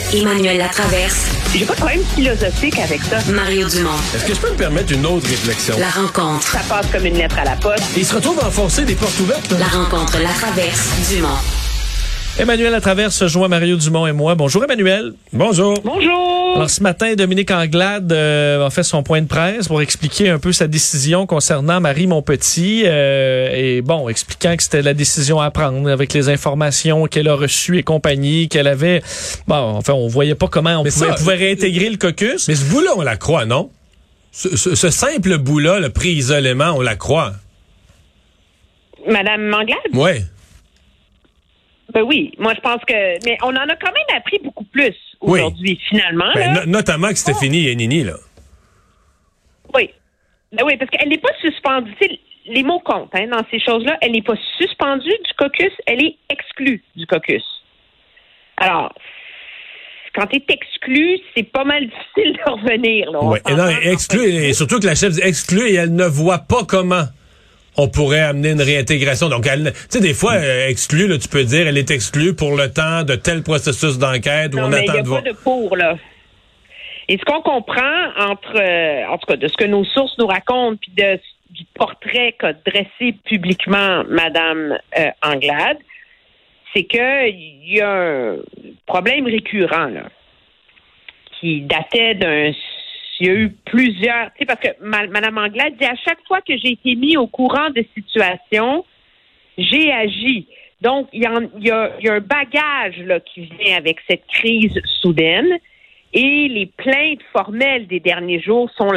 Emmanuel Latraverse. J'ai pas de problème philosophique avec ça. Mario Dumont. Est-ce que je peux me permettre une autre réflexion? La rencontre. Ça passe comme une lettre à la poste. Il se retrouve à enfoncer des portes ouvertes. La rencontre Latraverse Dumont. Emmanuel Latraverse se joint Mario Dumont et moi. Bonjour Emmanuel. Bonjour. Bonjour. Alors ce matin, Dominique Anglade a fait son point de presse pour expliquer un peu sa décision concernant Marie Montpetit et bon, expliquant que c'était la décision à prendre avec les informations qu'elle a reçues et compagnie, qu'elle avait... Bon, enfin, on voyait pas comment on pouvait réintégrer le caucus. Mais ce bout-là, on la croit, non? Ce simple bout-là, le pris isolément, on la croit. Madame Anglade? Oui. Ben oui, moi je pense que... Mais on en a quand même appris beaucoup plus aujourd'hui, finalement. Ben, notamment que Stéphanie Yannini, là. Oui. Ben oui, parce qu'elle n'est pas suspendue. Tu sais, les mots comptent dans ces choses-là. Elle n'est pas suspendue du caucus, elle est exclue du caucus. Alors, quand tu es exclu, c'est pas mal difficile de revenir. Oui, exclue, et surtout que la chef dit exclue et elle ne voit pas comment on pourrait amener une réintégration. Donc, tu sais, des fois, exclue, là, tu peux dire, elle est exclue pour le temps de tel processus d'enquête où on attend de voir. Il n'y a pas de pour, là. Et ce qu'on comprend en tout cas, de ce que nos sources nous racontent, puis du portrait qu'a dressé publiquement Madame Anglade, c'est qu'il y a un problème récurrent, là, qui datait d'un... Il y a eu plusieurs... Tu sais, parce que Mme Anglade dit, à chaque fois que j'ai été mis au courant de situations, j'ai agi. Donc, il y a un bagage là, qui vient avec cette crise soudaine et les plaintes formelles des derniers jours sont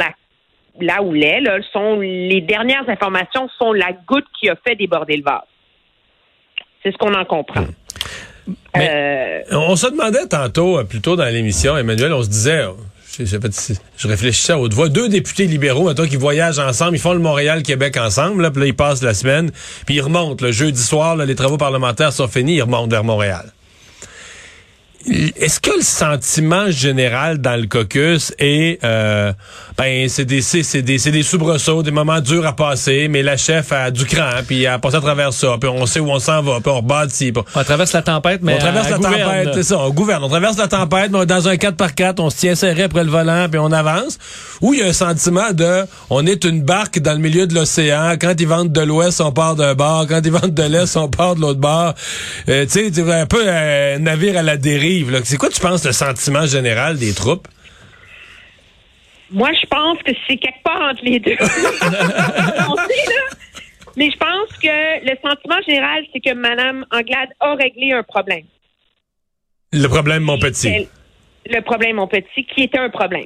les dernières informations sont la goutte qui a fait déborder le vase. C'est ce qu'on en comprend. Mais on se demandait tantôt, plus tôt dans l'émission, Emmanuel, on se disait... Je réfléchissais à haute voix. 2 députés libéraux, maintenant, qui voyagent ensemble. Ils font le Montréal-Québec ensemble. Là, puis là, ils passent la semaine. Puis ils remontent. Le jeudi soir, là, les travaux parlementaires sont finis. Ils remontent vers Montréal. Est-ce que le sentiment général dans le caucus est... c'est des soubresauts, des moments durs à passer, mais la chef a du cran, puis elle a passé à travers ça, puis on sait où on s'en va, puis on rebâtit. On traverse la tempête, mais on traverse la tempête, c'est ça, on gouverne. On traverse la tempête, mais dans un 4x4, on se tient serré après le volant, puis on avance. Ou il y a un sentiment de... On est une barque dans le milieu de l'océan. Quand ils vendent de l'ouest, on part d'un bord. Quand ils vendent de l'est, on part de l'autre bord. Tu sais, un peu navire à la dérive. Là. C'est quoi, tu penses, le sentiment général des troupes? Moi, je pense que c'est quelque part entre les deux. On sait, là. Mais je pense que le sentiment général, c'est que Mme Anglade a réglé un problème. Le problème Montpetit. Le problème Montpetit, qui était un problème.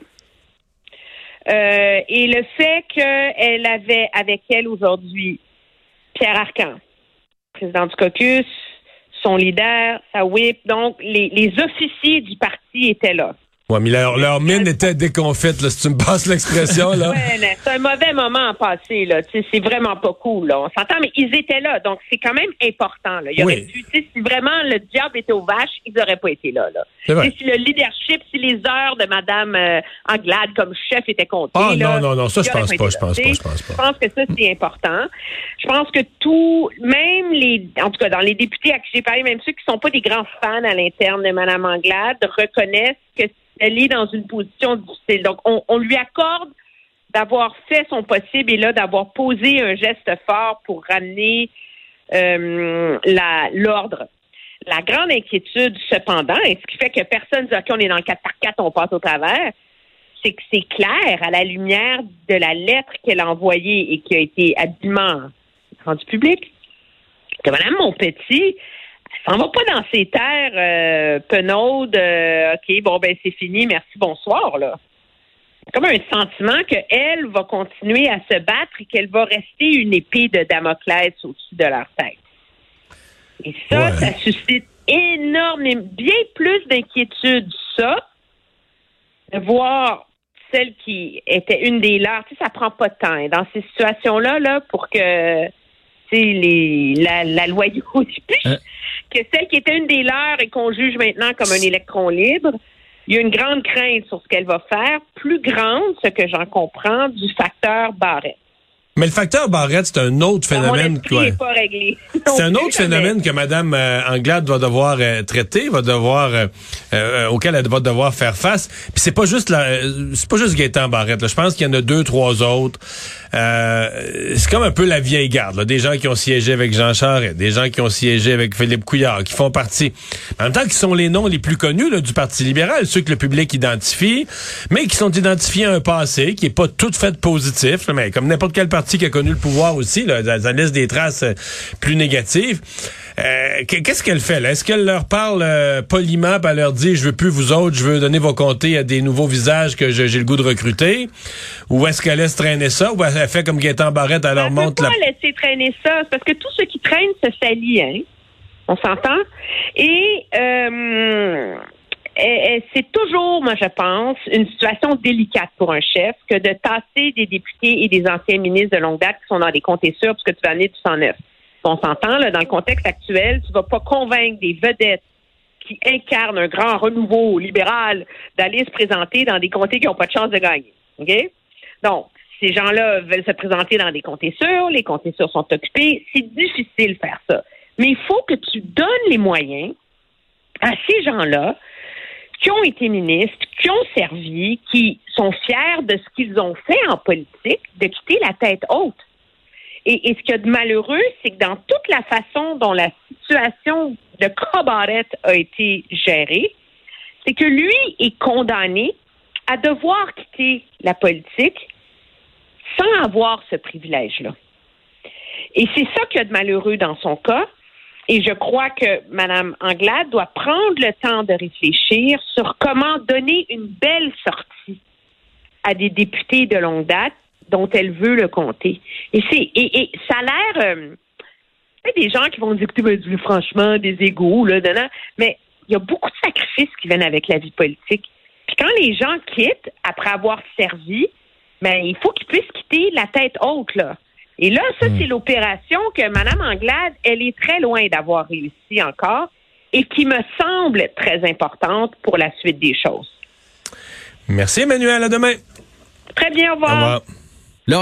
Et le fait qu'elle avait avec elle aujourd'hui Pierre Arcan, président du caucus, son leader, sa whip, donc les officiers du parti étaient là. Ouais, mais leur mine était déconfite, là, si tu me passes l'expression, là. Ouais, c'est un mauvais moment à passer, là. Tu sais, c'est vraiment pas cool, là. On s'entend, mais ils étaient là, donc c'est quand même important, là. Il aurait pu, tu sais, si vraiment le diable était aux vaches, ils auraient pas été là, là. C'est vrai. Si le leadership, si les heures de Madame Anglade comme chef étaient comptées, là. Non, ça, je pense pas. Je pense que ça, c'est important. Je pense que même en tout cas, dans les députés à qui j'ai parlé, même ceux qui sont pas des grands fans à l'interne de Madame Anglade, reconnaissent que elle est dans une position difficile. Donc, on lui accorde d'avoir fait son possible et là, d'avoir posé un geste fort pour ramener l'ordre. La grande inquiétude, cependant, et ce qui fait que personne dit « OK, on est dans le 4x4, on passe au travers », c'est que c'est clair, à la lumière de la lettre qu'elle a envoyée et qui a été habilement rendue publique, que Mme Montpetit s'en va pas dans ces terres penaudes, OK, bon, ben c'est fini, merci, bonsoir, là. Comme un sentiment qu'elle va continuer à se battre et qu'elle va rester une épée de Damoclès au-dessus de leur tête. Et ça, ça suscite énormément, bien plus d'inquiétude, ça, de voir celle qui était une des leurs. Tu sais, ça prend pas de temps. Et dans ces situations-là, là, pour que, tu sais, la loyauté, que celle qui était une des leurs et qu'on juge maintenant comme un électron libre, il y a une grande crainte sur ce qu'elle va faire, plus grande, ce que j'en comprends, du facteur Barrette. Mais le facteur Barrette, c'est un autre phénomène. Mon esprit n'est pas réglé. C'est un autre phénomène que Mme Anglade va devoir traiter, auquel elle va devoir faire face. Puis c'est pas juste Gaétan Barrette. Là. Je pense qu'il y en a 2-3 autres. C'est comme un peu la vieille garde. Là. Des gens qui ont siégé avec Jean Charest, des gens qui ont siégé avec Philippe Couillard, qui font partie. En même temps, qui sont les noms les plus connus là, du Parti libéral, ceux que le public identifie, mais qui sont identifiés à un passé qui est pas tout fait positif, là, mais comme n'importe quel parti qui a connu le pouvoir aussi, là, ça laisse des traces plus négatives. Qu'est-ce qu'elle fait là? Est-ce qu'elle leur parle poliment, puis elle leur dit je veux plus vous autres, je veux donner vos comtés à des nouveaux visages que j'ai le goût de recruter? Ou est-ce qu'elle laisse traîner ça? Ou elle fait comme Gaétan Barrette, elle leur montre la... Elle peut pas laisser traîner ça, parce que tout ce qui traîne se salit, hein? On s'entend? Et c'est toujours, moi je pense, une situation délicate pour un chef que de tasser des députés et des anciens ministres de longue date qui sont dans des comtés sûrs parce que tu vas amener du 109. On s'entend, là, dans le contexte actuel, tu vas pas convaincre des vedettes qui incarnent un grand renouveau libéral d'aller se présenter dans des comtés qui n'ont pas de chance de gagner. OK? Donc, ces gens-là veulent se présenter dans des comtés sûrs, les comtés sûrs sont occupés, c'est difficile de faire ça. Mais il faut que tu donnes les moyens à ces gens-là qui ont été ministres, qui ont servi, qui sont fiers de ce qu'ils ont fait en politique, de quitter la tête haute. Et ce qu'il y a de malheureux, c'est que dans toute la façon dont la situation de Barrette a été gérée, c'est que lui est condamné à devoir quitter la politique sans avoir ce privilège-là. Et c'est ça qu'il y a de malheureux dans son cas. Et je crois que Mme Anglade doit prendre le temps de réfléchir sur comment donner une belle sortie à des députés de longue date dont elle veut le comté. Et ça a l'air... des gens qui vont dire que franchement, des égos, là, mais il y a beaucoup de sacrifices qui viennent avec la vie politique. Puis quand les gens quittent, après avoir servi, il faut qu'ils puissent quitter la tête haute, là. Et là, ça, c'est l'opération que Mme Anglade, elle est très loin d'avoir réussi encore et qui me semble très importante pour la suite des choses. Merci, Emmanuel. À demain. Très bien, au revoir. Au revoir.